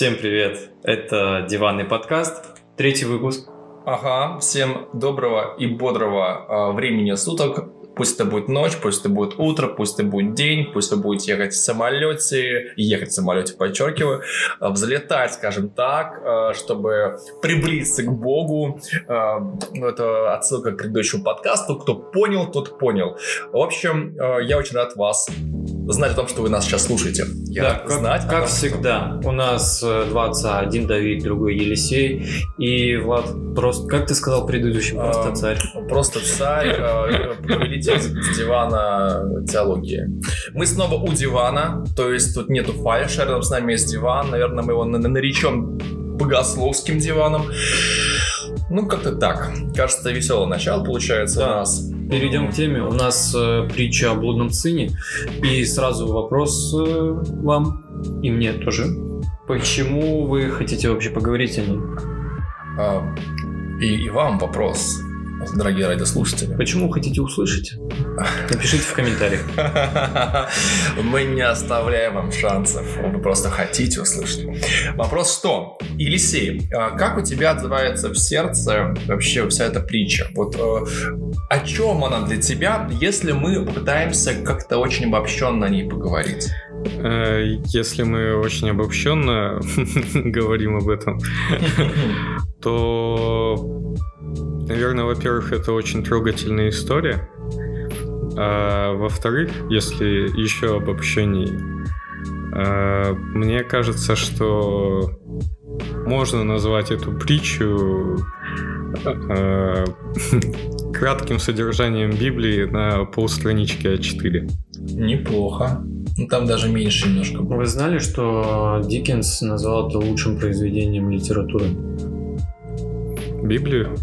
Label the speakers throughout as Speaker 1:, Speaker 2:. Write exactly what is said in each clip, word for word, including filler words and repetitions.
Speaker 1: Всем привет, это Диванный подкаст, третий выпуск.
Speaker 2: Ага, всем доброго и бодрого э, времени суток. Пусть это будет ночь, пусть это будет утро, пусть это будет день, пусть вы будете ехать в самолете, ехать в самолете, подчеркиваю, э, взлетать, скажем так, э, чтобы приблизиться к Богу. Э, ну, это отсылка к предыдущему подкасту. Кто понял, тот понял. В общем, э, я очень рад вас знать о том, что вы нас сейчас слушаете. Я
Speaker 1: Да,
Speaker 2: рад
Speaker 1: как,
Speaker 2: знать
Speaker 1: как
Speaker 2: том,
Speaker 1: всегда,
Speaker 2: что...
Speaker 1: у нас два отца, один Давид, другой Елисей. И Влад просто, как ты сказал предыдущий, просто
Speaker 2: э,
Speaker 1: царь.
Speaker 2: Просто царь, э, повелитель с дивана теологии. Мы снова у дивана, то есть тут нету фальши, рядом с нами есть диван. Наверное, мы его наречем богословским диваном. Ну, как-то так. Кажется, веселое начало получается
Speaker 1: да.
Speaker 2: у нас.
Speaker 1: Перейдем к теме. У нас э, притча о блудном сыне. И сразу вопрос э, вам и мне тоже. Почему вы хотите вообще поговорить о ней?
Speaker 2: А, и, и вам вопрос, дорогие радиослушатели.
Speaker 1: Почему хотите услышать? Напишите в комментариях.
Speaker 2: Мы не оставляем вам шансов. Вы просто хотите услышать. Вопрос что? Елисей, как у тебя отзывается в сердце вообще вся эта притча? Вот о чем она для тебя, если мы попытаемся как-то очень обобщенно о ней поговорить?
Speaker 3: Если мы очень обобщенно говорим об этом, то, наверное, во-первых, это очень трогательная история. А во-вторых, если еще обобщенней, мне кажется, что можно назвать эту притчу кратким содержанием Библии на полстранички а четыре.
Speaker 2: Неплохо. Ну, там даже меньше немножко.
Speaker 1: Вы знали, что Диккенс назвал это лучшим произведением литературы?
Speaker 3: Библию?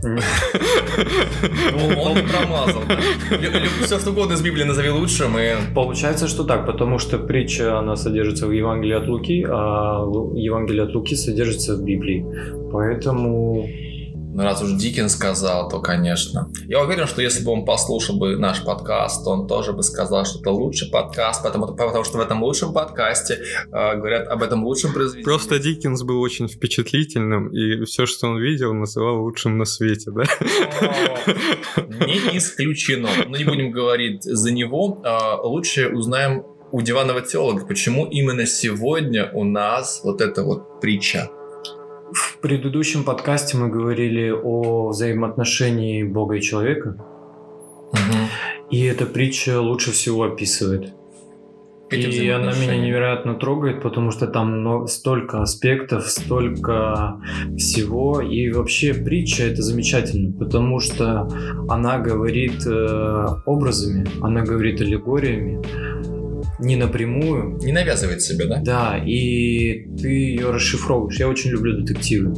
Speaker 2: Он не промазал. Все, что угодно из Библии назови лучшим. И...
Speaker 1: Получается, что так, потому что притча, она содержится в Евангелии от Луки, а Евангелие от Луки содержится в Библии. Поэтому...
Speaker 2: Ну, раз уж Диккенс сказал, то, конечно. Я уверен, что если бы он послушал бы наш подкаст, то он тоже бы сказал, что это лучший подкаст, потому, потому что в этом лучшем подкасте э, говорят об этом лучшем произведении.
Speaker 3: Просто Диккенс был очень впечатлительным, и все, что он видел, называл лучшим на свете, да?
Speaker 2: Не исключено. Но не будем говорить за него. Лучше узнаем у диванного теолога, почему именно сегодня у нас вот эта вот притча.
Speaker 1: В предыдущем подкасте мы говорили о взаимоотношении Бога и человека.
Speaker 2: Угу.
Speaker 1: И эта притча лучше всего описывает. И она меня невероятно трогает, потому что там столько аспектов, столько всего. И вообще притча — это замечательно, потому что она говорит э, образами, она говорит аллегориями. Не напрямую.
Speaker 2: Не навязывает себе, да?
Speaker 1: Да, и ты ее расшифровываешь. Я очень люблю детективы.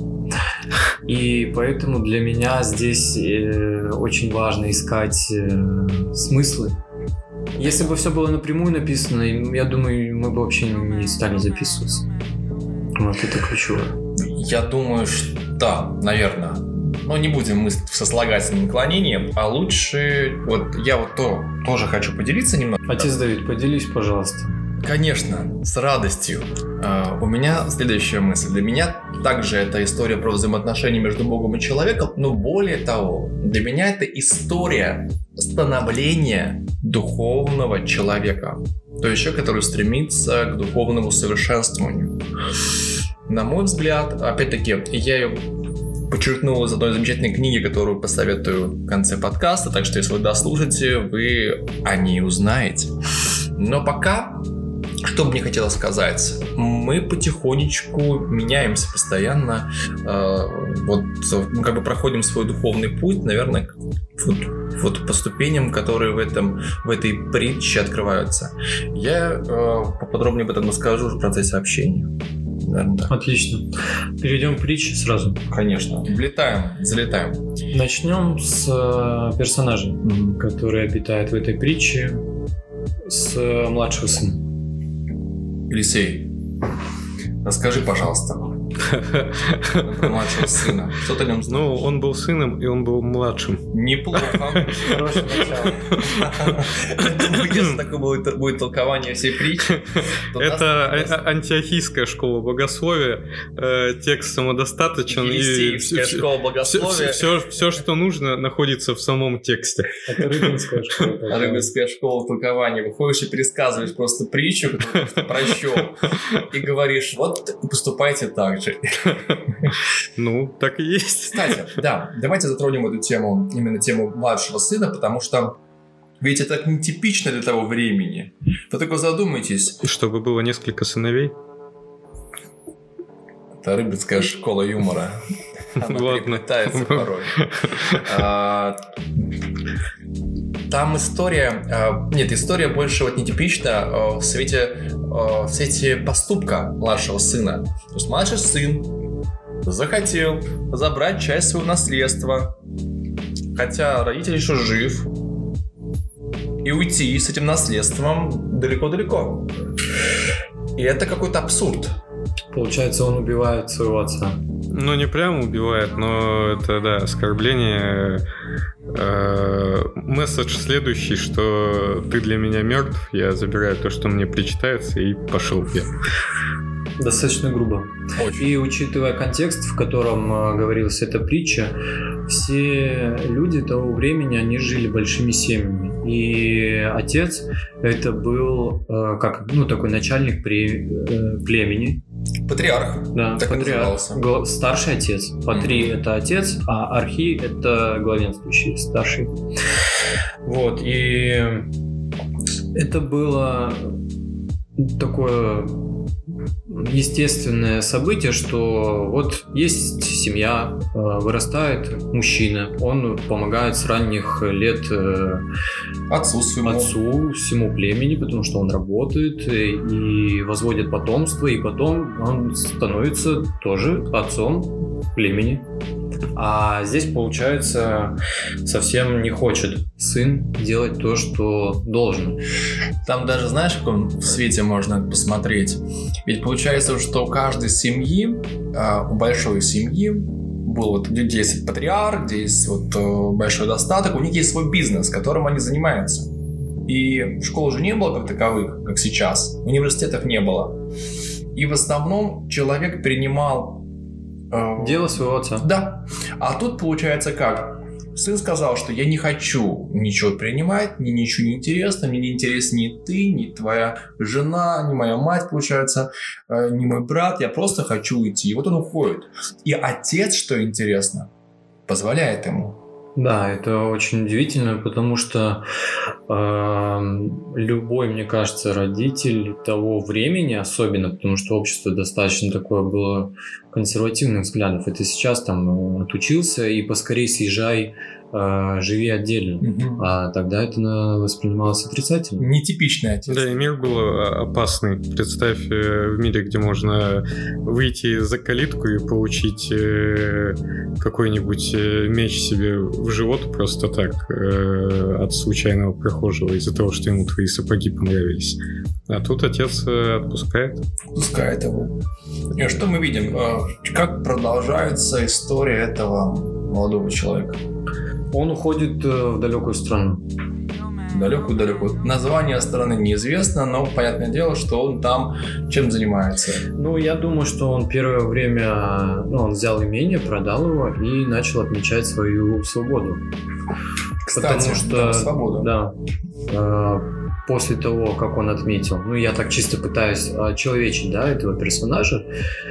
Speaker 1: И поэтому для меня здесь э, очень важно искать э, смыслы. Если бы все было напрямую написано, я думаю, мы бы вообще не стали записываться. Вот это ключевое.
Speaker 2: Я думаю, что да, наверное. Но не будем мы в сослагательном наклонении, а лучше, вот я вот то, тоже хочу поделиться немного.
Speaker 1: Отец Давид, поделись, пожалуйста.
Speaker 2: Конечно, с радостью. Uh, у меня следующая мысль. Для меня также это история про взаимоотношения между Богом и человеком, но более того, для меня это история становления духовного человека. То есть человек, который стремится к духовному совершенствованию. На мой взгляд, опять-таки, я ее подчеркнул из одной замечательной книги, которую посоветую в конце подкаста, так что если вы дослушаете, вы о ней узнаете. Но пока, что бы мне хотелось сказать, мы потихонечку меняемся постоянно, э, вот мы как бы проходим свой духовный путь, наверное, вот, вот по ступеням, которые в, этом, в этой притче открываются. Я э, поподробнее об этом расскажу в процессе общения. Наверное, да.
Speaker 1: Отлично. Перейдем к притче сразу.
Speaker 2: Конечно. Влетаем, залетаем.
Speaker 1: Начнем с э, персонажа, mm-hmm. который обитает в этой притче, с э, младшего сына.
Speaker 2: Елисей, расскажи, пожалуйста, Младшего сына. Что ты о нем знаешь?
Speaker 3: Ну, он был сыном, и он был младшим.
Speaker 2: Неплохо. Хорошее начало. Я думаю, если такое будет, будет толкование всей притчи, то
Speaker 3: это нас... антиохийская школа богословия, э, текст самодостаточен.
Speaker 2: Елисеевская школа богословия.
Speaker 3: Все, все, все, что нужно, находится в самом тексте.
Speaker 1: Это Рыбинская школа.
Speaker 2: Рыбинская школа толкования. Выходишь и пересказываешь просто притчу, которую ты прочел, и говоришь, вот поступайте так же.
Speaker 3: Ну, так и есть.
Speaker 2: Кстати, да, давайте затронем эту тему, именно тему младшего сына, потому что ведь это нетипично для того времени. Вы только задумайтесь.
Speaker 3: Чтобы было несколько сыновей?
Speaker 2: Это Рыбинская школа юмора. Она
Speaker 3: Ладно.
Speaker 2: переплетается порой. А, там история... Нет, история больше вот нетипична в свете, в свете поступка младшего сына. То есть младший сын захотел забрать часть своего наследства, хотя родитель еще жив, и уйти с этим наследством далеко-далеко. И это какой-то абсурд.
Speaker 1: Получается, он убивает своего отца.
Speaker 3: Ну, не прямо убивает, но это, да, оскорбление. Э, месседж следующий, что ты для меня мертв, я забираю то, что мне причитается, и пошел я.
Speaker 1: Достаточно грубо.
Speaker 2: Очень.
Speaker 1: И учитывая контекст, в котором э, говорилась эта притча, все люди того времени, они жили большими семьями. И отец это был э, как, ну, такой начальник при, э, племени.
Speaker 2: Патриарх.
Speaker 1: Да,
Speaker 2: так
Speaker 1: патриарх. Гла- старший отец. Патри mm-hmm. это отец, а архи это главенствующий, старший. Вот, и это было такое естественное событие, что вот есть семья, вырастает мужчина, он помогает с ранних лет
Speaker 2: отцу своему,
Speaker 1: отцу, всему племени, потому что он работает и возводит потомство, и потом он становится тоже отцом племени. А здесь, получается, совсем не хочет сын делать то, что должен.
Speaker 2: Там даже, знаешь, в каком свете можно это посмотреть? Ведь получается, что у каждой семьи, у большой семьи, был вот, где есть патриарх, где есть вот большой достаток, у них есть свой бизнес, которым они занимаются. И школ же не было как таковых, как сейчас. Университетов не было. И в основном человек принимал
Speaker 1: дело своего отца.
Speaker 2: Да. А тут получается как? Сын сказал, что я не хочу ничего принимать, мне ничего не интересно, мне не интересен ни ты, ни твоя жена, ни моя мать, получается, ни мой брат, я просто хочу уйти. И вот он уходит. И отец, что интересно, позволяет ему.
Speaker 1: Да, это очень удивительно, потому что э, любой, мне кажется, родитель того времени, особенно, потому что общество достаточно такое было консервативных взглядов. Это сейчас там отучился и поскорее съезжай, э, живи отдельно. Угу. А тогда это воспринималось отрицательно.
Speaker 2: Нетипичный отец.
Speaker 3: Да, и мир был опасный. Представь, в мире, где можно выйти за калитку и получить какой-нибудь меч себе в живот просто так от случайного прохожего из-за того, что ему твои сапоги понравились. А тут отец отпускает.
Speaker 2: Отпускает его. И что мы видим? Как продолжается история этого молодого человека?
Speaker 1: Он уходит в далекую страну.
Speaker 2: Далекую-далекую. Название страны неизвестно, но понятное дело, что он там чем занимается.
Speaker 1: Ну, я думаю, что он первое время, ну, он взял имение, продал его и начал отмечать свою свободу.
Speaker 2: Кстати,
Speaker 1: потому что,
Speaker 2: да, свободу.
Speaker 1: Да. Э, после того, как он отметил, ну, я так чисто пытаюсь очеловечить, да, этого персонажа,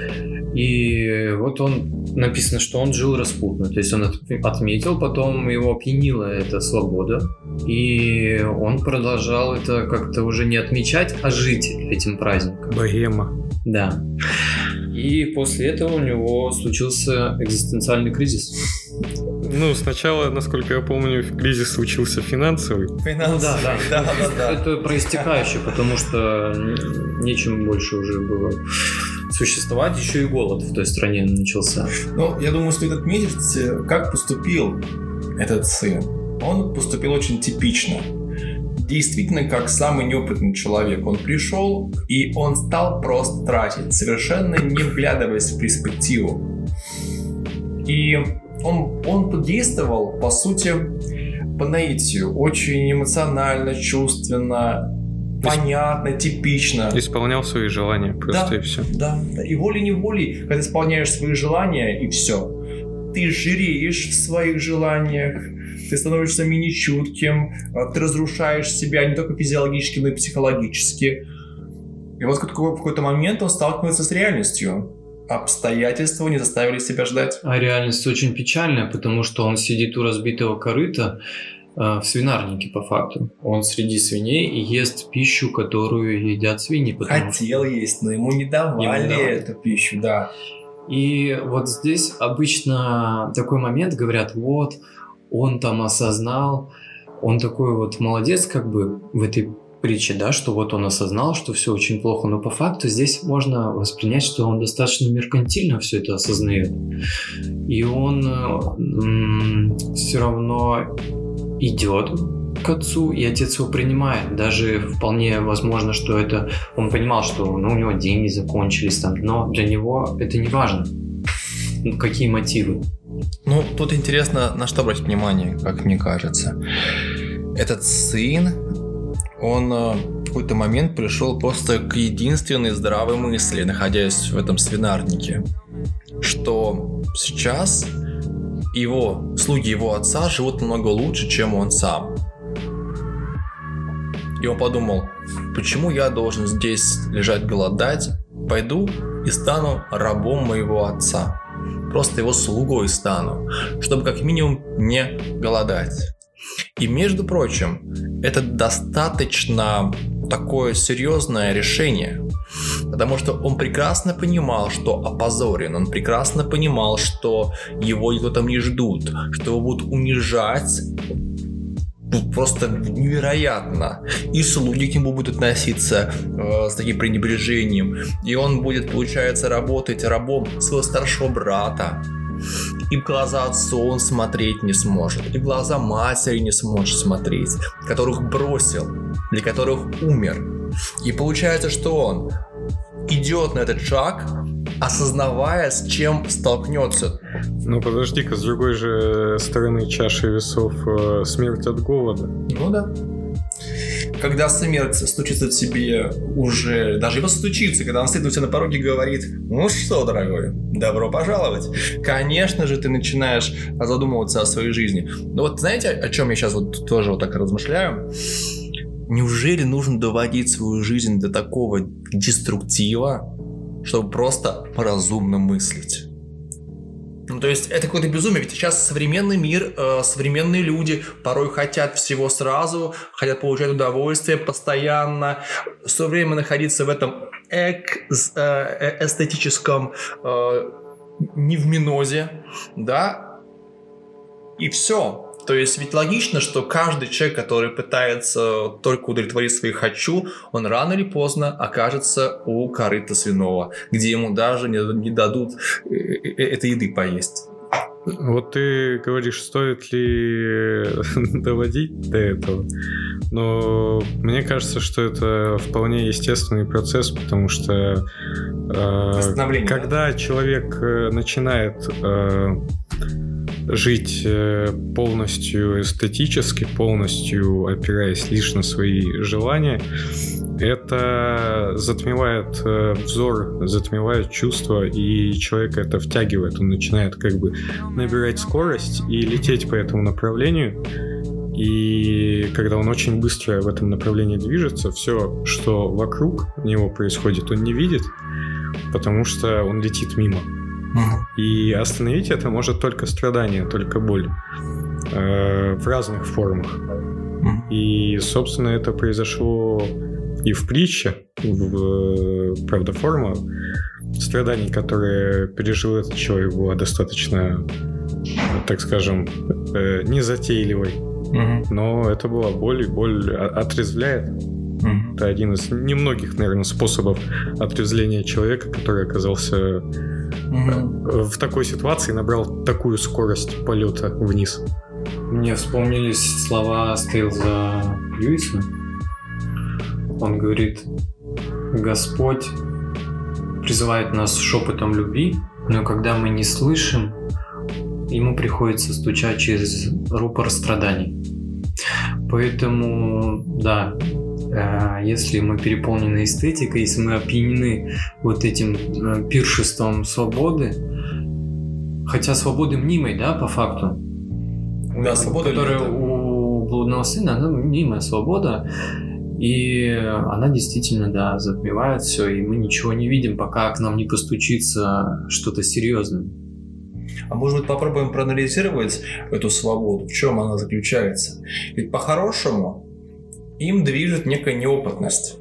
Speaker 1: и вот он, написано, что он жил распутно, то есть он отметил, потом его опьянила эта свобода, и он продолжал это как-то уже не отмечать, а жить этим праздником.
Speaker 3: Богема.
Speaker 1: Да. И после этого у него случился экзистенциальный кризис.
Speaker 3: Ну, сначала, насколько я помню, кризис случился финансовый.
Speaker 2: Финансовый,
Speaker 1: ну, да, да.
Speaker 2: да, да, да.
Speaker 1: Это проистекающее, потому что нечем больше уже было существовать. Еще и голод в той стране начался.
Speaker 2: Ну, я думаю, стоит отметить, как поступил этот сын. Он поступил очень типично. действительно как самый неопытный человек. Он пришел, и он стал просто тратить, совершенно не вглядываясь в перспективу. И он, он тут действовал, по сути, по наитию. Очень эмоционально, чувственно, понятно, типично.
Speaker 3: Исполнял свои желания просто,
Speaker 2: да,
Speaker 3: и все.
Speaker 2: Да, да. И волей-неволей, когда исполняешь свои желания, и все. Ты жиреешь в своих желаниях, ты становишься менее чутким, ты разрушаешь себя не только физиологически, но и психологически. И вот в какой-то момент он сталкивается с реальностью. Обстоятельства не заставили себя ждать.
Speaker 1: А реальность очень печальная, потому что он сидит у разбитого корыта э, в свинарнике, по факту. Он среди свиней и ест пищу, которую едят свиньи.
Speaker 2: Хотел что... есть, но ему не давали, ему давали эту пищу, да.
Speaker 1: И вот здесь обычно такой момент, говорят, вот, он там осознал, он такой вот молодец как бы в этой притче, да, что вот он осознал, что все очень плохо, но по факту здесь можно воспринять, что он достаточно меркантильно все это осознает. И он м- все равно идет к отцу, и отец его принимает. Даже вполне возможно, что это он понимал, что ну, у него деньги закончились там, но для него это не важно. Какие мотивы?
Speaker 2: Ну, тут интересно, на что брать внимание, как мне кажется. Этот сын, он в какой-то момент пришел просто к единственной здравой мысли, находясь в этом свинарнике, что сейчас его, слуги его отца живут намного лучше, чем он сам. И он подумал, почему я должен здесь лежать голодать, пойду и стану рабом моего отца. Просто его слугой стану, чтобы как минимум не голодать. И между прочим, это достаточно такое серьезное решение, потому что он прекрасно понимал, что опозорен, он прекрасно понимал, что его никто там не ждут, что его будут унижать просто невероятно. И слуги к нему будут относиться э, с таким пренебрежением. И он будет, получается, работать рабом своего старшего брата. И в глаза отцу он смотреть не сможет. И в глаза матери не сможет смотреть, которых бросил, для которых умер. И получается, что он идет на этот шаг, осознавая, с чем столкнется.
Speaker 3: Ну подожди-ка, с другой же стороны чаши весов э, смерть от голода.
Speaker 2: Ну да. Когда смерть стучится в тебе уже, даже его стучится, когда он стоит у тебя на пороге и говорит: ну что, дорогой, добро пожаловать. Конечно же, ты начинаешь задумываться о своей жизни. Но вот знаете, о чем я сейчас вот тоже вот так размышляю? Неужели нужно доводить свою жизнь до такого деструктива, чтобы просто разумно мыслить? Ну, то есть это какое-то безумие, ведь сейчас современный мир, э, современные люди порой хотят всего сразу, хотят получать удовольствие постоянно, все время находиться в этом эк, э, эстетическом э, невминозе, да, и все. То есть ведь логично, что каждый человек, который пытается только удовлетворить свои «хочу», он рано или поздно окажется у корыта свиного, где ему даже не, не дадут этой еды поесть.
Speaker 3: Вот ты говоришь, стоит ли доводить до этого, но мне кажется, что это вполне естественный процесс, потому что э, когда человек начинает э, жить полностью эстетически, полностью опираясь лишь на свои желания, это затмевает взор, затмевает чувства, и человека это втягивает. Он начинает как бы набирать скорость и лететь по этому направлению. И когда он очень быстро в этом направлении движется, все, что вокруг него происходит, он не видит, потому что он летит мимо. И остановить это может только страдание, только боль э, в разных формах. И, собственно, это произошло и в притче, в, правда, форма страданий, которые пережил этот человек, была достаточно, так скажем, э, незатейливой. Mm-hmm. Но это была боль, и боль отрезвляет. Mm-hmm. Это один из немногих, наверное, способов отрезвления человека, который оказался mm-hmm. в такой ситуации и набрал такую скорость полета вниз.
Speaker 1: Мне вспомнились слова Стейлза Льюиса. Он говорит: Господь призывает нас шепотом любви, но когда мы не слышим, ему приходится стучать через рупор страданий. Поэтому, да, если мы переполнены эстетикой, если мы опьянены вот этим пиршеством свободы, хотя свободы мнимой, да, по факту,
Speaker 2: да, свобода,
Speaker 1: которая у блудного сына, она мнимая свобода, и она действительно, да, затмевает все, и мы ничего не видим, пока к нам не постучится что-то серьезное.
Speaker 2: А может быть, попробуем проанализировать эту свободу, в чем она заключается? Ведь по-хорошему им движет некая неопытность.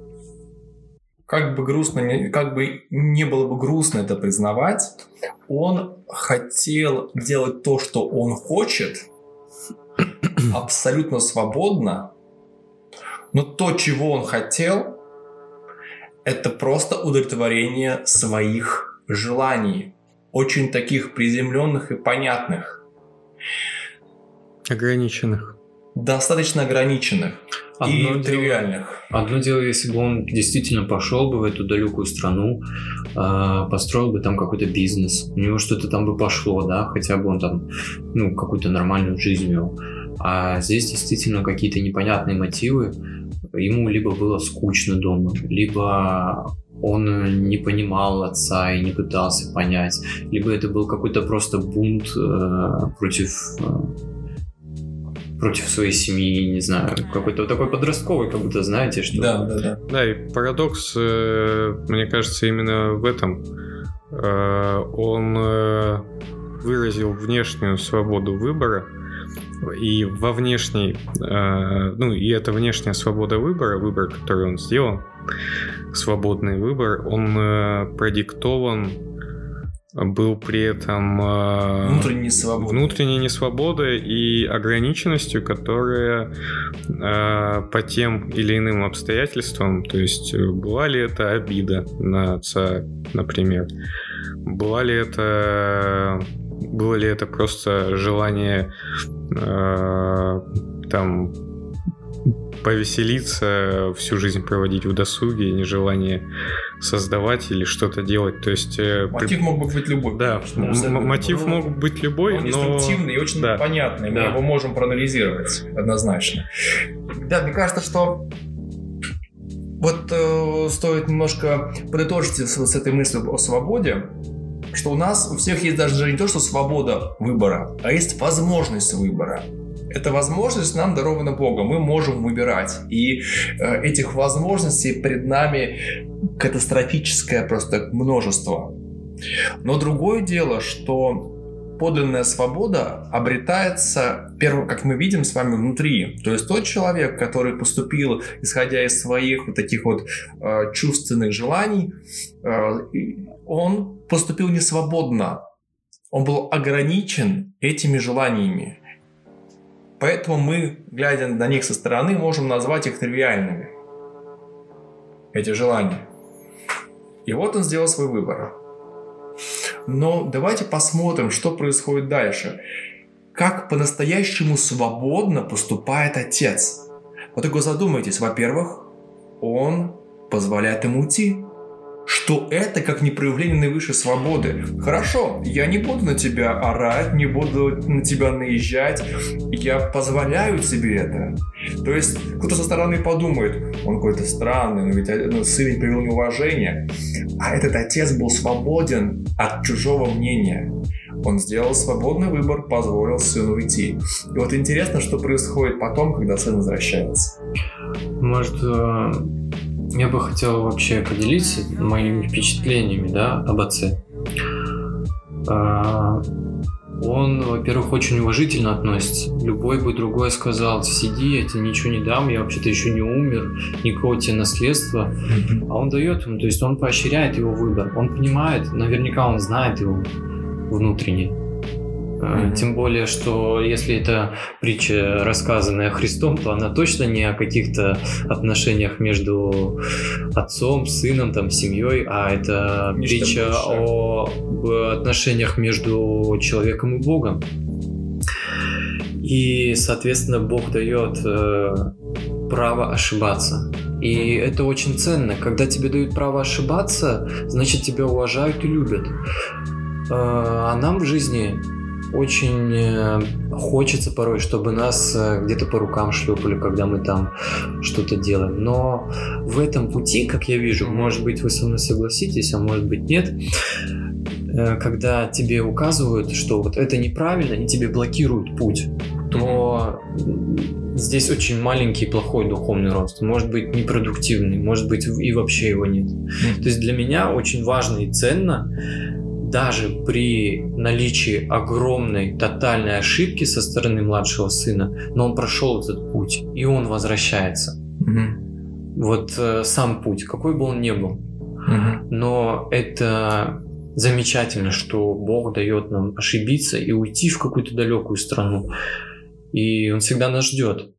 Speaker 2: Как бы грустно, как бы не было бы грустно это признавать, он хотел делать то, что он хочет, абсолютно свободно, но то, чего он хотел, это просто удовлетворение своих желаний, очень таких приземленных и понятных.
Speaker 3: Ограниченных.
Speaker 2: Достаточно ограниченных.
Speaker 1: Одно
Speaker 2: и
Speaker 1: дело,
Speaker 2: тривиальных.
Speaker 1: Одно дело, если бы он действительно пошел бы в эту далекую страну, э, построил бы там какой-то бизнес, у него что-то там бы пошло, да, хотя бы он там, ну, какую-то нормальную жизнь вел. А здесь действительно какие-то непонятные мотивы. Ему либо было скучно дома, либо он не понимал отца и не пытался понять, либо это был какой-то просто бунт э, против... Э, против своей семьи, не знаю, какой-то вот такой подростковый, как будто, знаете, что...
Speaker 2: Да, да, да.
Speaker 3: Да, и парадокс, мне кажется, именно в этом. Он выразил внешнюю свободу выбора, и во внешней, ну, и эта внешняя свобода выбора, выбор, который он сделал, свободный выбор, он продиктован был при этом
Speaker 2: внутренней несвободой.
Speaker 3: внутренней несвободой и ограниченностью, которая э, по тем или иным обстоятельствам, то есть была ли это обида на отца, например, была ли это, было ли это просто желание э, там повеселиться, всю жизнь проводить в досуге, нежелание создавать или что-то делать. То есть
Speaker 2: мотив при... мог бы быть любой.
Speaker 3: Да, м- мотив
Speaker 2: но...
Speaker 3: мог быть любой,
Speaker 2: он
Speaker 3: но...
Speaker 2: инстинктивный и очень
Speaker 3: да.
Speaker 2: понятный.
Speaker 1: Да.
Speaker 2: Мы его можем проанализировать однозначно. Да, мне кажется, что вот э, стоит немножко подытожить с, с этой мыслью о свободе, что у нас у всех есть даже не то, что свобода выбора, а есть возможность выбора. Эта возможность нам дарована Богом, мы можем выбирать. И э, этих возможностей пред нами катастрофическое просто множество. Но другое дело, что подлинная свобода обретается, первое, как мы видим с вами, внутри. То есть тот человек, который поступил, исходя из своих вот таких вот э, чувственных желаний, э, он поступил несвободно. Он был ограничен этими желаниями. Поэтому мы, глядя на них со стороны, можем назвать их тривиальными. Эти желания. И вот он сделал свой выбор. Но давайте посмотрим, что происходит дальше. Как по-настоящему свободно поступает отец. Вот только задумайтесь. Во-первых, он позволяет ему уйти. Что это как не проявление наивысшей свободы? Хорошо, я не буду на тебя орать, не буду на тебя наезжать, я позволяю тебе это. То есть кто-то со стороны подумает, он какой-то странный, но ведь ну, сын ведь проявил неуважение. А этот отец был свободен от чужого мнения. Он сделал свободный выбор, позволил сыну уйти. И вот интересно, что происходит потом, когда сын возвращается.
Speaker 1: Может, я бы хотел вообще поделиться моими впечатлениями, да, об отце. Он, во-первых, очень уважительно относится. Любой бы другой сказал: сиди, я тебе ничего не дам, я вообще-то еще не умер, никакого тебе наследства. А он дает ему, то есть он поощряет его выбор. Он понимает, наверняка он знает его внутренне. Mm-hmm. Тем более, что если это притча, рассказанная Христом, то она точно не о каких-то отношениях между отцом, сыном, там, семьей, а это Нечто притча большее. О отношениях между человеком и Богом. И, соответственно, Бог дает э, право ошибаться. И это очень ценно. Когда тебе дают право ошибаться, значит, тебя уважают и любят. Э, а нам в жизни очень э, хочется порой, чтобы нас э, где-то по рукам шлепали, когда мы там что-то делаем. Но в этом пути, как я вижу, может быть, вы со мной согласитесь, а может быть, нет, э, когда тебе указывают, что вот это неправильно, и тебе блокируют путь, то здесь очень маленький плохой духовный рост. Может быть, непродуктивный, может быть, и вообще его нет. То есть для меня очень важно и ценно, даже при наличии огромной тотальной ошибки со стороны младшего сына, но он прошел этот путь, и он возвращается. Mm-hmm. Вот э, сам путь, какой бы он ни был. Mm-hmm. Но это замечательно, что Бог дает нам ошибиться и уйти в какую-то далекую страну. И он всегда нас ждет.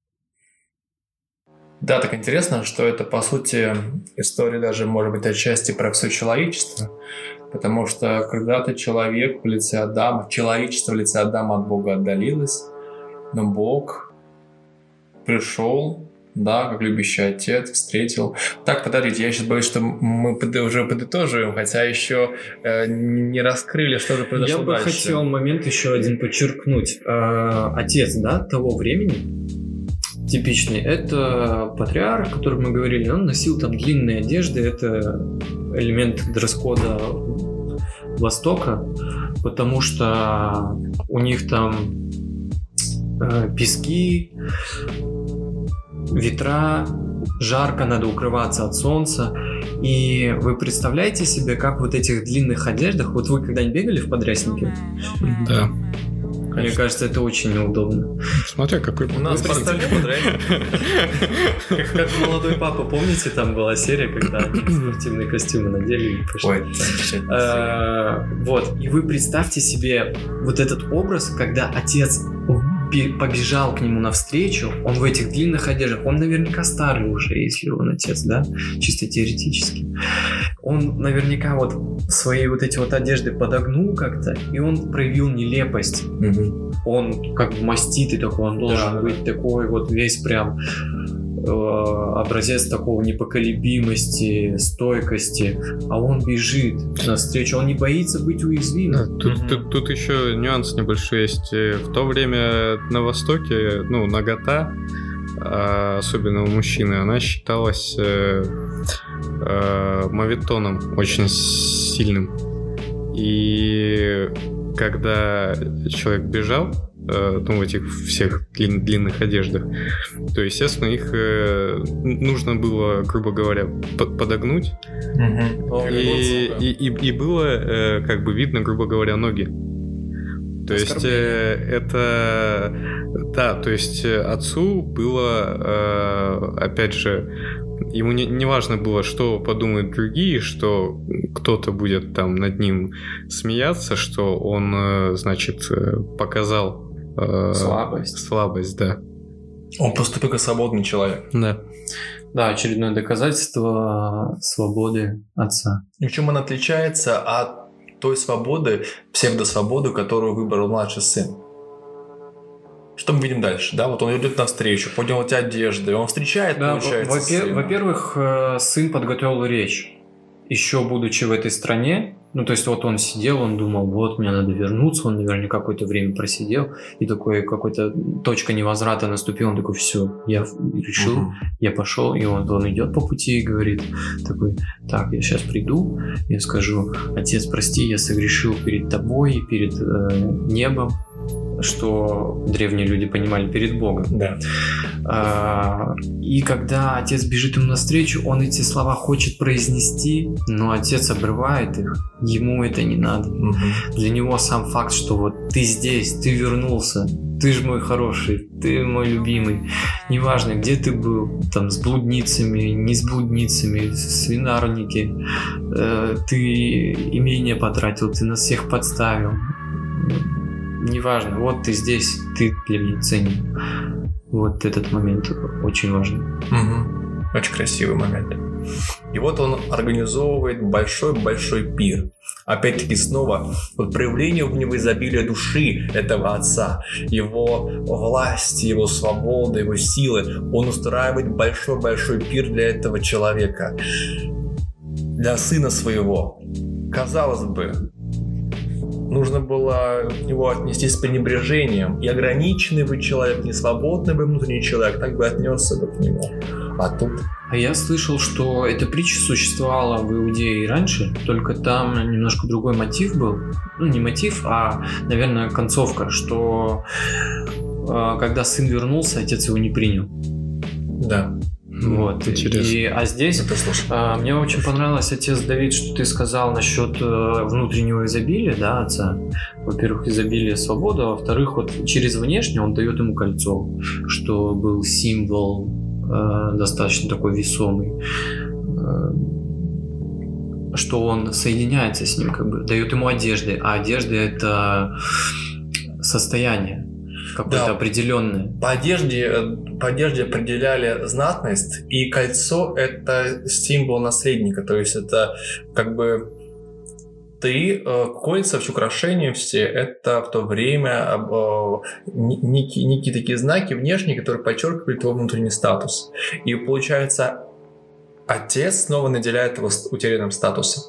Speaker 2: Да, так интересно, что это, по сути, история даже, может быть, отчасти про все человечество. Потому что когда-то человек в лице Адама, человечество в лице Адама от Бога отдалилось, но Бог пришел, да, как любящий отец, встретил. Так, подождите, я сейчас боюсь, что мы уже подытоживаем, хотя еще э, не раскрыли, что же произошло
Speaker 1: я
Speaker 2: дальше.
Speaker 1: Я бы хотел момент еще один подчеркнуть. Э, отец, да, того времени, типичный, это патриарх, о котором мы говорили, он носил там длинные одежды, это элемент дресс-кода Востока, потому что у них там э, пески, ветра, жарко, надо укрываться от солнца. И вы представляете себе, как вот этих длинных одеждах, вот вы когда-нибудь бегали в подряснике?
Speaker 3: Да.
Speaker 1: Мне кажется, это очень неудобно.
Speaker 3: Смотря какой...
Speaker 2: У нас подрясник.
Speaker 1: Как молодой папа, помните, там была серия, когда они спортивные костюмы надели и пошли. Вот, и вы представьте себе вот этот образ, когда отец побежал к нему навстречу, он в этих длинных одеждах, он наверняка старый уже, если он отец, да, чисто теоретически. Он наверняка вот свои вот эти вот одежды подогнул как-то, и он проявил нелепость. Mm-hmm. Он как бы маститый такой, он должен да, быть да. такой вот весь прям э, образец такого непоколебимости, стойкости, а он бежит навстречу, он не боится быть уязвимым.
Speaker 3: Да, тут, mm-hmm. тут, тут еще нюанс небольшой есть. В то время на Востоке, ну, нагота, особенно у мужчины, она считалась э, э, моветоном очень сильным. И когда человек бежал, э, ну, в этих всех длин, длинных одеждах, то, естественно, их э, нужно было, грубо говоря, под, подогнуть. Mm-hmm. И, и, и, и было э, как бы видно, грубо говоря, ноги. То есть э, это... Да, то есть отцу было, э, опять же, ему не, не важно было, что подумают другие, что кто-то будет там над ним смеяться, что он, э, значит, показал э,
Speaker 1: слабость.
Speaker 3: Слабость, да.
Speaker 2: Он поступил как свободный человек.
Speaker 3: Да.
Speaker 1: Да, очередное доказательство свободы отца.
Speaker 2: И в чем он отличается от той свободы, псевдосвободы, которую выбрал младший сын? Что мы видим дальше? Да, вот он идет навстречу, поднял эти одежды, он встречает,
Speaker 1: да,
Speaker 2: получается,
Speaker 1: во-
Speaker 2: сына.
Speaker 1: Во-первых, сын подготовил речь, еще будучи в этой стране. Ну, то есть вот он сидел, он думал, вот, мне надо вернуться, он, наверное, какое-то время просидел, и такой какой-то точка невозврата наступила, он такой, все, я решил, uh-huh. я пошел, и он, он идет по пути и говорит, такой, так, я сейчас приду, я скажу, отец, прости, я согрешил перед тобой и перед э, небом, что древние люди понимали перед Богом.
Speaker 2: Да.
Speaker 1: А, и когда отец бежит ему навстречу, он эти слова хочет произнести, но отец обрывает их. Ему это не надо. Угу. Для него сам факт, что вот ты здесь, ты вернулся, ты же мой хороший, ты мой любимый. Неважно, где ты был, там с блудницами, не с блудницами, свинарники, э, ты имение потратил, ты нас всех подставил. Неважно, вот ты здесь, ты для меня ценен. Вот этот момент очень важен.
Speaker 2: Угу. Очень красивый момент. И вот он организовывает большой-большой пир. Опять-таки снова вот проявление в него изобилия души этого отца, его власти, его свободы, его силы. Он устраивает большой-большой пир для этого человека, для сына своего. Казалось бы, нужно было его отнестись с пренебрежением. И ограниченный бы человек, несвободный бы внутренний человек, так бы отнесся бы к нему. А тут...
Speaker 1: А я слышал, что эта притча существовала в Иудее и раньше, только там немножко другой мотив был. Ну, не мотив, а, наверное, концовка, что э, когда сын вернулся, отец его не принял.
Speaker 2: Да.
Speaker 1: Вот. И, а здесь а, мне очень понравилось, отец Давид, что ты сказал насчет э, внутреннего изобилия, да, отца. Во-первых, изобилие свободы, а во-вторых, вот через внешнее он дает ему кольцо, что был символ э, достаточно такой весомый, э, что он соединяется с ним, как бы дает ему одежды, а одежда — это состояние какое-то, да, определенное.
Speaker 2: По одежде, по одежде определяли знатность, и кольцо — это символ наследника, то есть это как бы ты, кольца, все украшения все, это в то время некие, некие такие знаки внешние, которые подчеркивали твой внутренний статус. И получается, отец снова наделяет его утерянным статусом.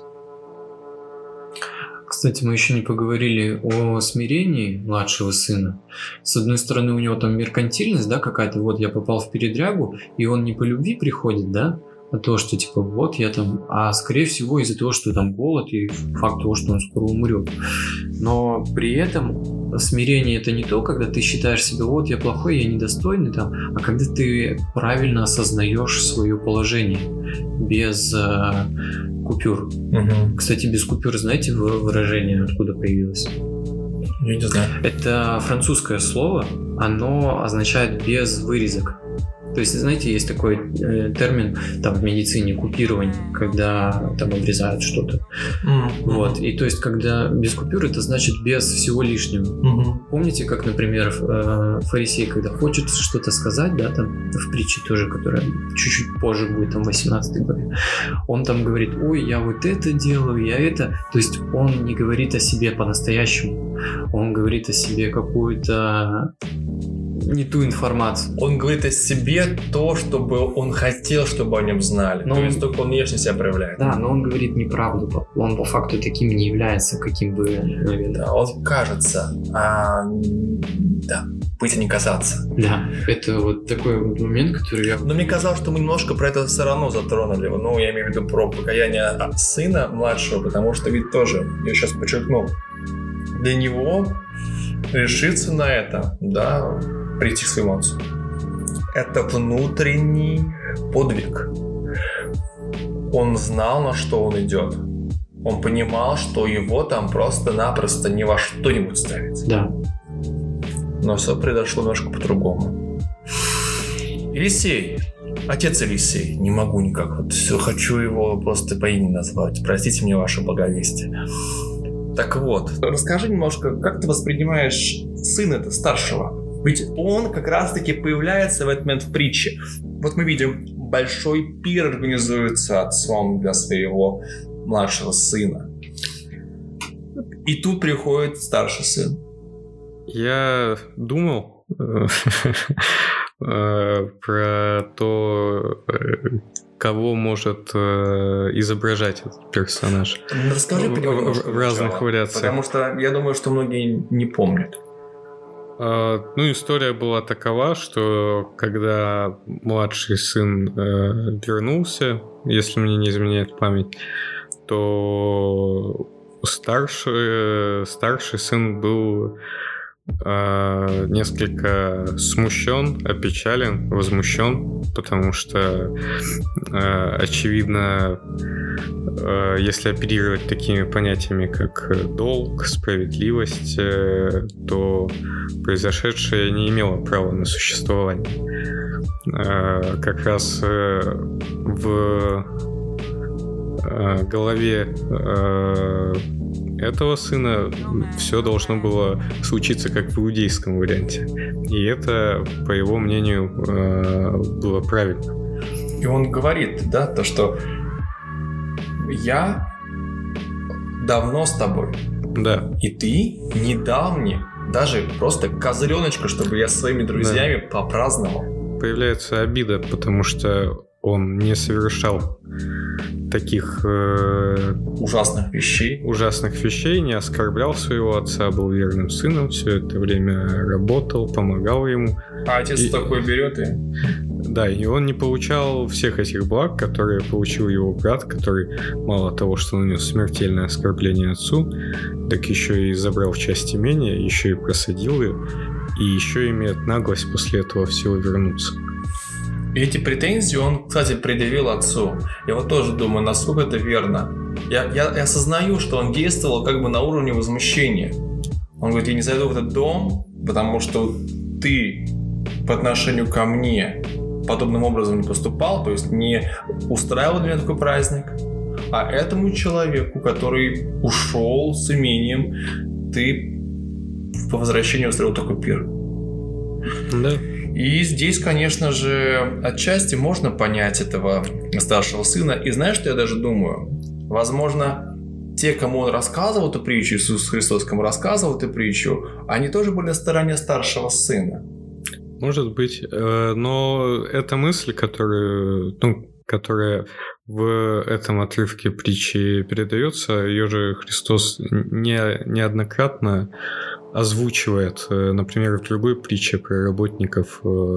Speaker 1: Кстати, мы еще не поговорили о смирении младшего сына. С одной стороны, у него там меркантильность, да, какая-то, вот я попал в передрягу, и он не по любви приходит, да, а то, что типа вот я там, а скорее всего из-за того, что там голод и факт того, что он скоро умрет. Но при этом смирение — это не то, когда ты считаешь себя, вот я плохой, я недостойный там, а когда ты правильно осознаешь свое положение без э, купюр.
Speaker 2: Угу.
Speaker 1: Кстати, без купюр, знаете выражение откуда появилось?
Speaker 2: Я не знаю.
Speaker 1: Это французское слово, оно означает без вырезок. То есть, знаете, есть такой э, термин там в медицине — купирование, когда там обрезают что-то. Mm-hmm. Вот. И то есть, когда без купюр, это значит без всего лишнего.
Speaker 2: Mm-hmm.
Speaker 1: Помните, как, например, э, фарисей, когда хочет что-то сказать, да, там в притче тоже, которая чуть-чуть позже будет, там в восемнадцатой главе, он там говорит: ой, я вот это делаю, я это. То есть он не говорит о себе по-настоящему. Он говорит о себе какую-то не ту информацию.
Speaker 2: Он говорит о себе то, чтобы он хотел, чтобы о нем знали. Но то он... есть только он внешне себя проявляет.
Speaker 1: Да, но он говорит неправду. Он по факту таким не является, каким бы, наверное.
Speaker 2: Да, он кажется. А... Да, быть, а не казаться.
Speaker 1: Да, это вот такой вот момент, который я...
Speaker 2: Но мне казалось, что мы немножко про это все равно затронули. Ну, я имею в виду про покаяние сына младшего, потому что ведь тоже, я сейчас подчеркнул, для него решиться на это, да, прийти к своему отцу, это внутренний подвиг. Он знал, на что он идет. Он понимал, что его там просто-напросто ни во что не будет ставить.
Speaker 1: Да.
Speaker 2: Но все произошло немножко по-другому. Елисей, отец Елисей, не могу никак, вот все, хочу его просто по имени назвать. Простите мне ваше благовестие. Так вот, расскажи немножко, как ты воспринимаешь сына-то старшего? Ведь он как раз-таки появляется в этот момент в притче. Вот мы видим, большой пир организуется отцом для своего младшего сына. И тут приходит старший сын.
Speaker 3: Я думал про то, кого может изображать этот персонаж.
Speaker 2: Расскажи
Speaker 3: в разных вариациях.
Speaker 2: Потому что я думаю, что многие не помнят.
Speaker 3: Ну, история была такова, что когда младший сын э, вернулся, если мне не изменяет память, то старший, старший сын был э, несколько смущен, опечален, возмущен, потому что, э, очевидно, э, если оперировать такими понятиями, как долг, справедливость, э, то произошедшее не имело права на существование. Э, как раз э, в э, голове э, этого сына все должно было случиться как в иудейском варианте. И это, по его мнению, было правильно.
Speaker 2: И он говорит, да, то, что я давно с тобой.
Speaker 3: Да.
Speaker 2: И ты не дал мне даже просто козыреночка, чтобы я со своими друзьями да. попраздновал.
Speaker 3: Появляется обида, потому что он не совершал таких э,
Speaker 2: ужасных вещей.
Speaker 3: ужасных вещей, не оскорблял своего отца, был верным сыном, все это время работал, помогал ему.
Speaker 2: А отец и, такой берет и...
Speaker 3: Да, и он не получал всех этих благ, которые получил его брат, который мало того, что нанес смертельное оскорбление отцу, так еще и забрал часть имения, еще и просадил ее, и еще имеет наглость после этого всего вернуться.
Speaker 2: И эти претензии он, кстати, предъявил отцу. Я вот тоже думаю, насколько это верно. Я, я, я осознаю, что он действовал как бы на уровне возмущения. Он говорит, я не зайду в этот дом, потому что ты по отношению ко мне подобным образом не поступал, то есть не устраивал для меня такой праздник. А этому человеку, который ушел с имением, ты по возвращению устроил такой пир.
Speaker 3: Да.
Speaker 2: И здесь, конечно же, отчасти можно понять этого старшего сына. И знаешь, что я даже думаю? Возможно, те, кому он рассказывал эту притчу, Иисус Христос, кому рассказывал эту притчу, они тоже были на стороне старшего сына.
Speaker 3: Может быть, но эта мысль, которую, ну, которая в этом отрывке притчи передается, ее же Христос не, неоднократно озвучивает, например, в другой притче про работников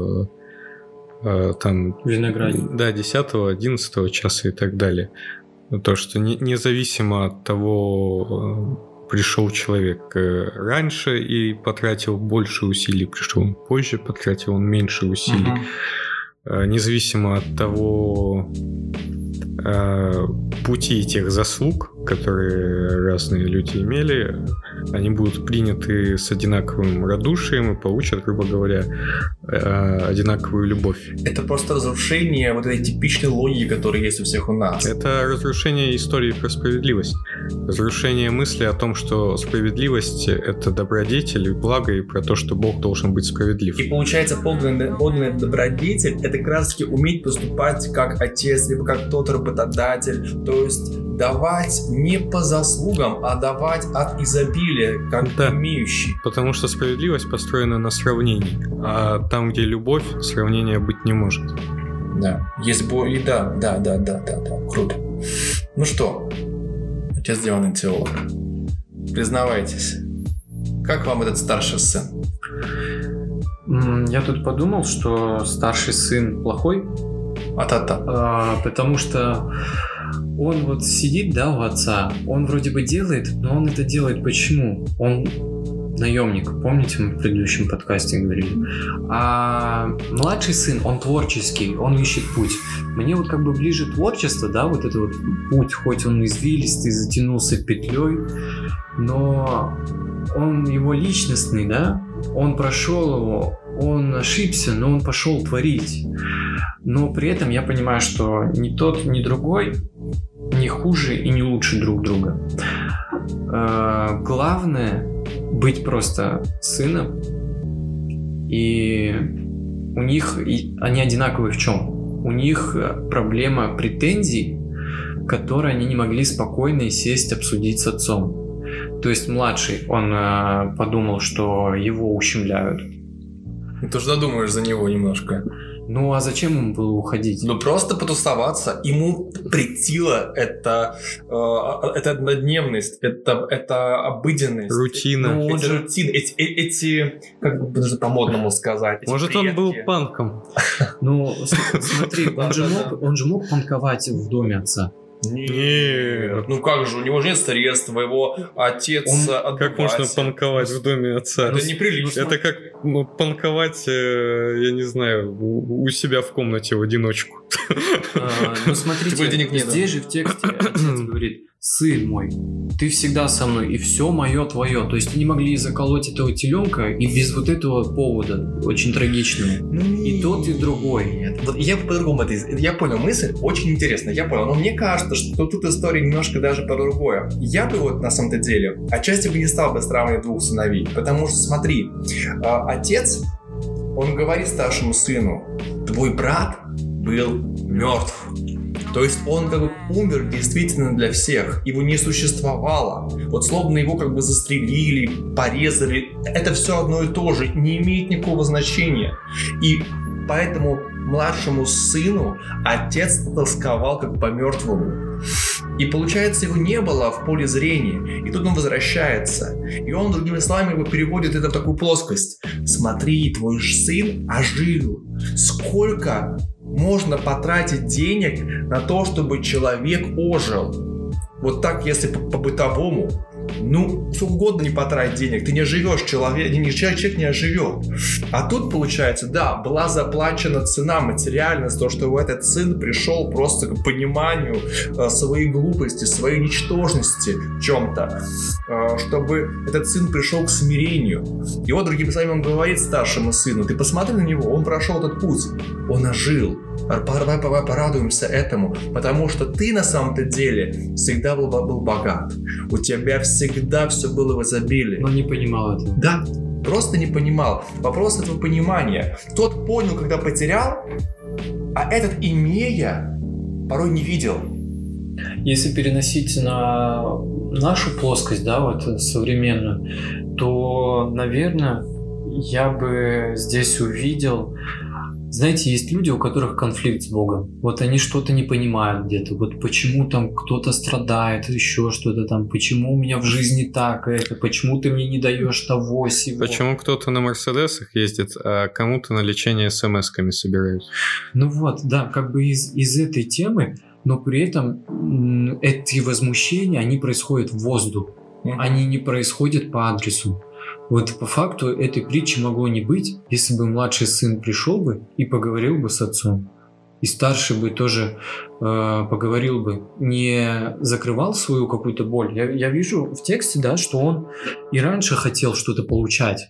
Speaker 3: там,
Speaker 1: виноградник.
Speaker 3: Да, десятого-одиннадцатого часа и так далее. То, что не, независимо от того, пришел человек раньше и потратил больше усилий, пришел он позже, потратил он меньше усилий. Uh-huh. Независимо от того пути тех заслуг, которые разные люди имели, они будут приняты с одинаковым радушием и получат, грубо говоря, одинаковую любовь.
Speaker 2: Это просто разрушение вот этой типичной логики, которая есть у всех у нас.
Speaker 3: Это разрушение истории про справедливость. Разрушение мысли о том, что справедливость — это добродетель и благо, и про то, что Бог должен быть справедлив.
Speaker 2: И получается, подлинный, подлинный добродетель — это как раз-таки уметь поступать как отец, либо как тот работодатель, то есть давать не по заслугам, а давать от изобилия, как да. имеющий.
Speaker 3: Потому что справедливость построена на сравнении, а там, где любовь, сравнения быть не может.
Speaker 2: Да, есть бо... и да, да, да, да, да, да, круто. Ну что, отец Дион, теолог, признавайтесь, как вам этот старший сын?
Speaker 1: Я тут подумал, что старший сын плохой,
Speaker 2: а-та-та.
Speaker 1: а, потому что он вот сидит, да, у отца, он вроде бы делает, но он это делает почему? Он наемник, помните, мы в предыдущем подкасте говорили. А младший сын, он творческий, он ищет путь. Мне вот как бы ближе творчество, да, вот это вот путь, хоть он извилистый, затянулся петлей, но он его личностный, да, он прошел его, он ошибся, но он пошел творить. Но при этом я понимаю, что ни тот, ни другой не хуже и не лучше друг друга. Э, главное быть просто сыном, и у них и они одинаковые в чем? У них проблема претензий, которые они не могли спокойно сесть обсудить с отцом. То есть младший, он э, подумал, что его ущемляют.
Speaker 2: Ты же задумаешь за него немножко.
Speaker 1: Ну а зачем ему было уходить?
Speaker 2: Ну просто потусоваться. Ему претила это, э, это однодневность, это, это обыденность.
Speaker 3: Рутина.
Speaker 2: Ну, он же рутина. Эти, эти, как бы даже по-модному сказать.
Speaker 3: Может, предки. Он был панком.
Speaker 1: Ну, смотри, он же мог, он же мог панковать в доме отца.
Speaker 2: Нет, ну как же, у него же нет средств, его отец
Speaker 3: он, как можно панковать в доме отца?
Speaker 2: Это неприлично.
Speaker 3: Это как ну, панковать, я не знаю, у себя в комнате в одиночку.
Speaker 1: А, ну смотрите, здесь же в тексте отец говорит: сын мой, ты всегда со мной, и все мое твое. То есть они могли заколоть этого теленка и без вот этого повода, очень трагичного. Ну, и тот, и другой.
Speaker 2: Нет. Вот я по-другому это... Я понял мысль, очень интересно, я понял. Но мне кажется, что тут история немножко даже по-другому. Я бы вот на самом-то деле отчасти бы не стал бы сравнивать двух сыновей. Потому что, смотри, отец, он говорит старшему сыну: твой брат был мертв. То есть он как бы умер действительно для всех, его не существовало. Вот словно его как бы застрелили, порезали, это все одно и то же, не имеет никакого значения. И поэтому младшему сыну отец тосковал как по мертвому. И получается, его не было в поле зрения. И тут он возвращается. И он, другими словами, его переводит это в такую плоскость. Смотри, твой сын ожил. Сколько можно потратить денег на то, чтобы человек ожил? Вот так, если по-бытовому. Ну, что угодно не потратить денег, ты не оживешь, человек, человек не оживет. А тут, получается, да, была заплачена цена материальная за то, что этот сын пришел просто к пониманию э, своей глупости, своей ничтожности в чем-то, э, чтобы этот сын пришел к смирению. И вот, другими словами, он говорит старшему сыну: ты посмотри на него, он прошел этот путь, он ожил. Давай порадуемся этому, потому что ты на самом-то деле всегда был, был богат. У тебя всегда все было в изобилии.
Speaker 1: Но не понимал этого.
Speaker 2: Да, просто не понимал. Вопрос этого понимания. Тот понял, когда потерял, а этот, имея, порой не видел.
Speaker 1: Если переносить на нашу плоскость, да, вот современную, то, наверное, я бы здесь увидел... Знаете, есть люди, у которых конфликт с Богом. Вот они что-то не понимают где-то. Вот почему там кто-то страдает, еще что-то там. Почему у меня в жизни так это? Почему ты мне не даешь того сего?
Speaker 3: Почему кто-то на Мерседесах ездит, а кому-то на лечение смс-ками собирают?
Speaker 1: Ну вот, да, как бы из, из этой темы, но при этом м- эти возмущения, они происходят в воздух. Mm-hmm. Они не происходят по адресу. Вот по факту этой притчи могло не быть, если бы младший сын пришел бы и поговорил бы с отцом. И старший бы тоже э, поговорил бы, не закрывал свою какую-то боль. Я, я вижу в тексте, да, что он и раньше хотел что-то получать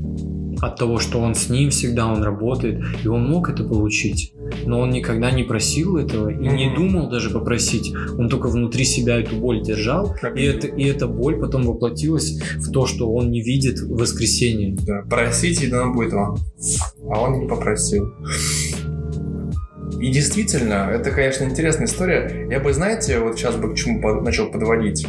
Speaker 1: от того, что он с ним всегда, он работает, и он мог это получить. Но он никогда не просил этого и не думал даже попросить. Он только внутри себя эту боль держал, и, это, и эта боль потом воплотилась в то, что он не видит воскресения.
Speaker 2: Да, просите, и дано будет вам. А он не попросил. И действительно, это, конечно, интересная история. Я бы, знаете, вот сейчас бы к чему под, начал подводить.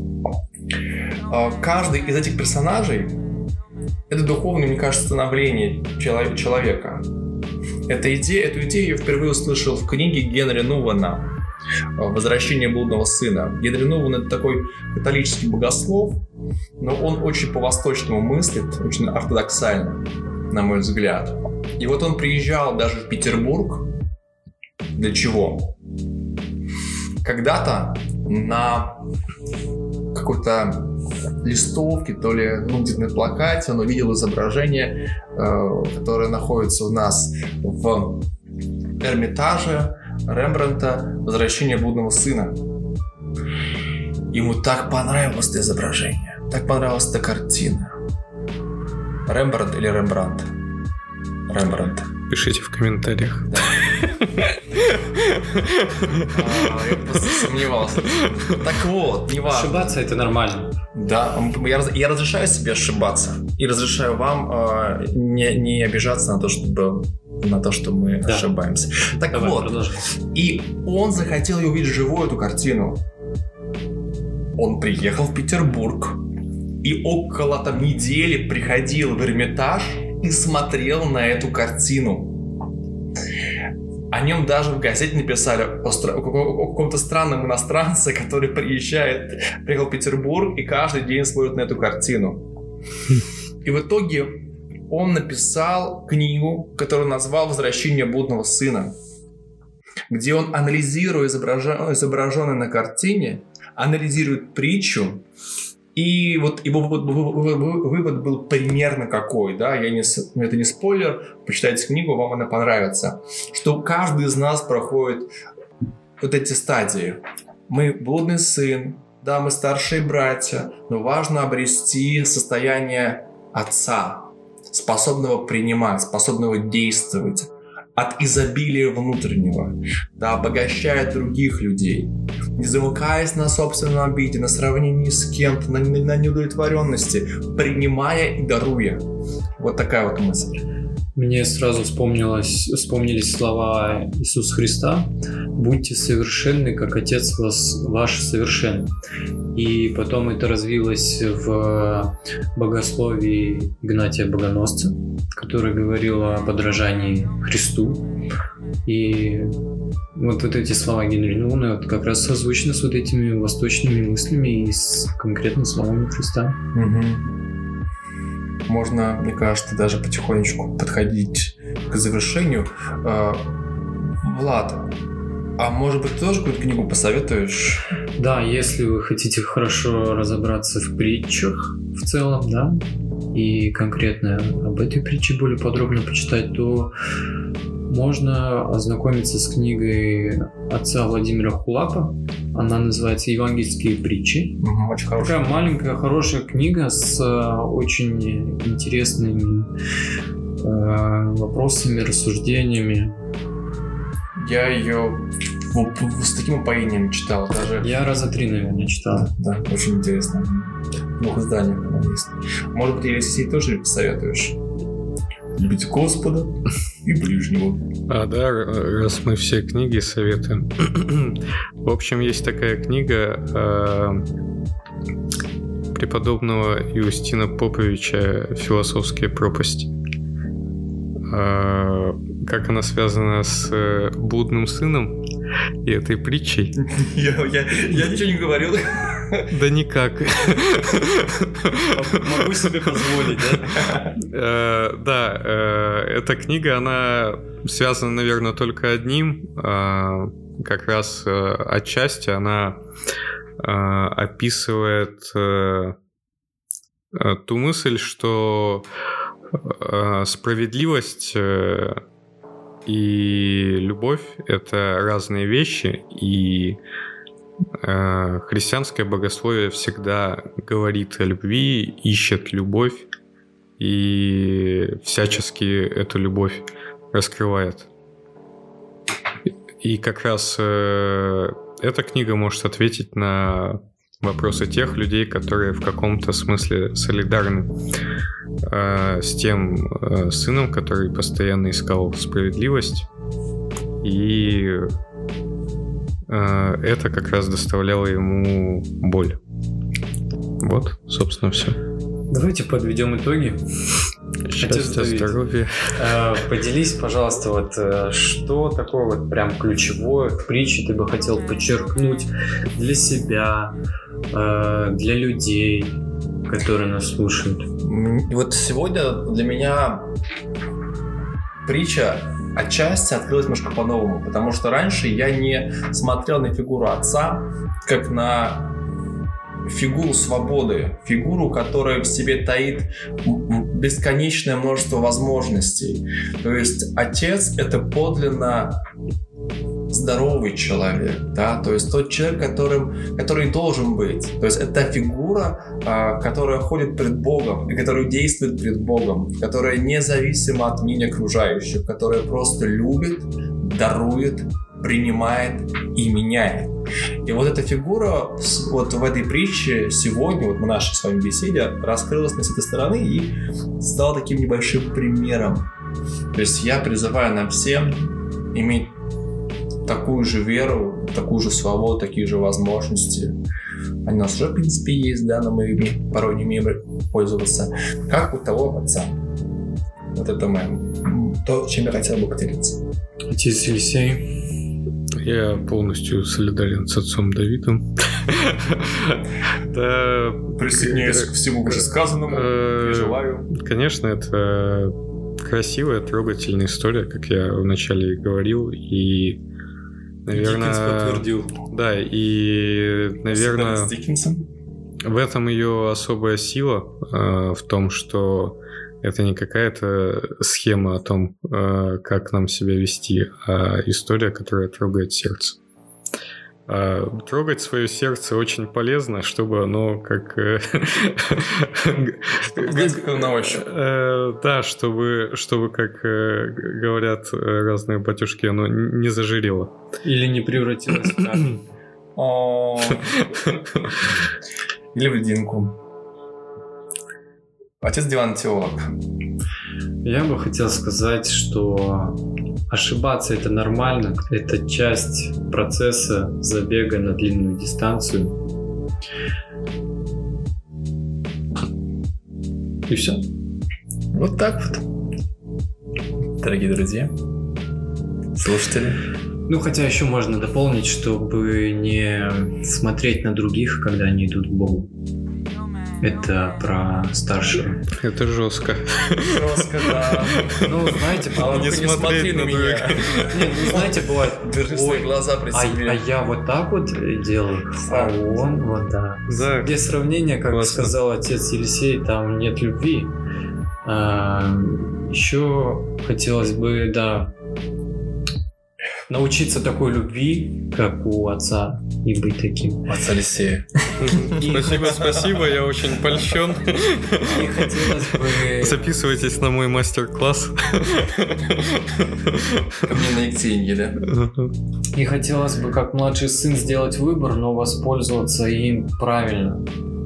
Speaker 2: Каждый из этих персонажей — это духовное, мне кажется, становление человека. Эта идея, эту идею я впервые услышал в книге Генри Нувана «Возвращение блудного сына». Генри Нуван — это такой католический богослов, но он очень по-восточному мыслит, очень ортодоксально, на мой взгляд. И вот он приезжал даже в Петербург. Для чего? Когда-то на какой-то листовке, то ли ну, где-то на плакате он увидел изображение, э, которое находится у нас в Эрмитаже Рембрандта «Возвращение блудного сына». Ему так понравилось это изображение, так понравилась эта картина. Рембрандт или Рембрандт? Рембрандт.
Speaker 3: Пишите в комментариях.
Speaker 2: Я просто сомневался. Так вот, не важно.
Speaker 1: Ошибаться — это нормально.
Speaker 2: Да, я разрешаю себе ошибаться. И разрешаю вам не обижаться на то, чтобы на то, что мы ошибаемся. Так вот, и он захотел увидеть живую эту картину. Он приехал в Петербург и около там недели приходил в Эрмитаж и смотрел на эту картину. О нем даже в газете написали о, стра- о каком-то странном иностранце, который приезжает, приехал в Петербург и каждый день смотрит на эту картину. И в итоге он написал книгу, которую назвал «Возвращение блудного сына», где он, анализируя изображен- изображенное на картине, анализирует притчу. И вот его вывод был примерно какой, да, я не, это не спойлер, почитайте книгу, вам она понравится, что каждый из нас проходит вот эти стадии. Мы блудный сын, да, мы старшие братья, но важно обрести состояние отца, способного принимать, способного действовать, от изобилия внутреннего, да, обогащая других людей, не замыкаясь на собственном обиде, на сравнении с кем-то, на, на неудовлетворенности, принимая и даруя. Вот такая вот мысль.
Speaker 1: Мне сразу вспомнилось, вспомнились слова Иисуса Христа: «Будьте совершенны, как Отец вас, ваш совершен». И потом это развилось в богословии Игнатия Богоносца, который говорил о подражании Христу. И вот, вот эти слова Генри Нуна вот как раз созвучны с вот этими восточными мыслями и с конкретно словами Христа.
Speaker 2: Угу. Можно, мне кажется, даже потихонечку подходить к завершению. Влад, а может быть, ты тоже какую-то книгу посоветуешь?
Speaker 1: Да, если вы хотите хорошо разобраться в притчах в целом, да, и конкретно об этой притче более подробно почитать, то можно ознакомиться с книгой отца Владимира Хулапа. Она называется «Евангельские притчи».
Speaker 2: Угу, очень хорошая.
Speaker 1: Такая маленькая, хорошая книга с очень интересными э, вопросами, рассуждениями.
Speaker 2: Я ее с таким упоением читал. Даже...
Speaker 1: Я раза три, наверное, читал.
Speaker 2: Да, да, очень интересно. В двух изданиях она есть. Может быть, Елисей тоже посоветуешь? Любите Господа и ближнего.
Speaker 3: А, да, раз мы все книги советуем. В общем, есть такая книга э, преподобного Иустина Поповича «Философские пропасти». Э, как она связана с блудным сыном и этой притчей?
Speaker 2: Я, я, я ничего не говорил.
Speaker 3: Да никак.
Speaker 1: Могу себе позволить, да?
Speaker 3: Да, эта книга, она связана, наверное, только одним. Как раз отчасти она описывает ту мысль, что справедливость и любовь — это разные вещи, и э, христианское богословие всегда говорит о любви, ищет любовь и всячески эту любовь раскрывает. И как раз э, эта книга может ответить на вопросы тех людей, которые в каком-то смысле солидарны э, с тем э, сыном, который постоянно искал справедливость, и э, это как раз доставляло ему боль. Вот, собственно, все.
Speaker 1: Давайте подведем итоги.
Speaker 3: Счастья, здоровья.
Speaker 1: Поделись, пожалуйста, вот что такое вот прям ключевое в притче ты бы хотел подчеркнуть для себя, для людей, которые нас слушают.
Speaker 2: Вот сегодня для меня притча отчасти открылась немножко по-новому, потому что раньше я не смотрел на фигуру отца как на фигуру свободы, фигуру, которая в себе таит бесконечное множество возможностей. То есть отец — это подлинно здоровый человек, да, то есть тот человек, которым, который должен быть. То есть это фигура, а, которая ходит пред Богом и которая действует пред Богом, которая независима от мнения окружающих, которая просто любит, дарует, принимает и меняет. И вот эта фигура вот в этой притче сегодня, вот в нашей с вами беседе, раскрылась с этой стороны и стала таким небольшим примером. То есть я призываю нам всем иметь такую же веру, такую же свободу, такие же возможности. Они у нас уже, в принципе, есть, да, но мы порой не умеем пользоваться. Как у того отца. Вот это мое, то, чем я хотел бы поделиться.
Speaker 1: Отец Елисей.
Speaker 3: Я полностью солидарен с отцом Давидом.
Speaker 2: Присоединяюсь к всему вышесказанному и желаю.
Speaker 3: Конечно, это красивая, трогательная история, как я вначале и говорил, и, наверное...
Speaker 1: Диккенс подтвердил.
Speaker 3: Да, и, наверное, в этом ее особая сила, в том, что это не какая-то схема о том, как нам себя вести, а история, которая трогает сердце. Трогать свое сердце очень полезно, чтобы оно как... Да, чтобы, чтобы, как говорят разные батюшки, оно не зажирело.
Speaker 1: Или не превратилось в камень.
Speaker 2: Или в льдинку. Отец Диван теолог.
Speaker 1: Я бы хотел сказать, что ошибаться это нормально, это часть процесса забега на длинную дистанцию. И все.
Speaker 2: Вот так вот. Дорогие друзья, слушатели.
Speaker 1: Ну, хотя еще можно дополнить, чтобы не смотреть на других, когда они идут к Богу. Это про старшего.
Speaker 3: Это жестко.
Speaker 2: Жестко, да.
Speaker 1: Ну, знаете,
Speaker 2: а
Speaker 3: не, не смотри на меня.
Speaker 1: Нет, ну, знаете, бывает...
Speaker 2: Держи свои глаза при себе.
Speaker 1: А, а я вот так вот делаю, а он вот так.
Speaker 3: Да.
Speaker 1: Где сравнение, как
Speaker 3: Классно.
Speaker 1: сказал отец Елисей, там нет любви. А, еще хотелось бы, да, научиться такой любви, как у отца, и быть таким.
Speaker 2: Отца Алексея.
Speaker 3: Спасибо, спасибо, я очень польщен.
Speaker 1: И хотелось бы...
Speaker 3: Записывайтесь на мой мастер-класс.
Speaker 2: Ко мне на деньги, да?
Speaker 1: И хотелось бы, как младший сын, сделать выбор, но воспользоваться им правильно.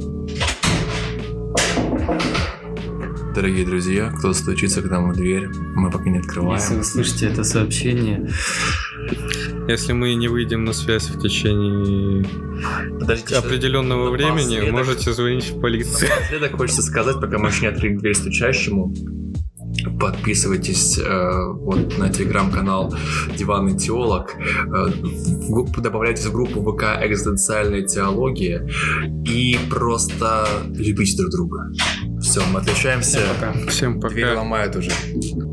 Speaker 2: Дорогие друзья, кто стучится к нам в дверь, мы пока не открываем.
Speaker 1: Если вы слышите это сообщение...
Speaker 3: Если мы не выйдем на связь в течение
Speaker 2: Подождите,
Speaker 3: определенного
Speaker 2: что...
Speaker 3: времени,
Speaker 2: Напоследок...
Speaker 3: можете звонить в полицию.
Speaker 2: Напоследок хочется сказать, пока мы еще не открыли дверь стучащему, подписывайтесь э, вот на телеграм-канал Диванный теолог, э, в, добавляйтесь в группу ВК «Экзистенциальная теология» и просто любите друг друга. Все, мы отличаемся.
Speaker 1: Всем пока.
Speaker 3: Всем пока.
Speaker 2: Дверь ломают уже.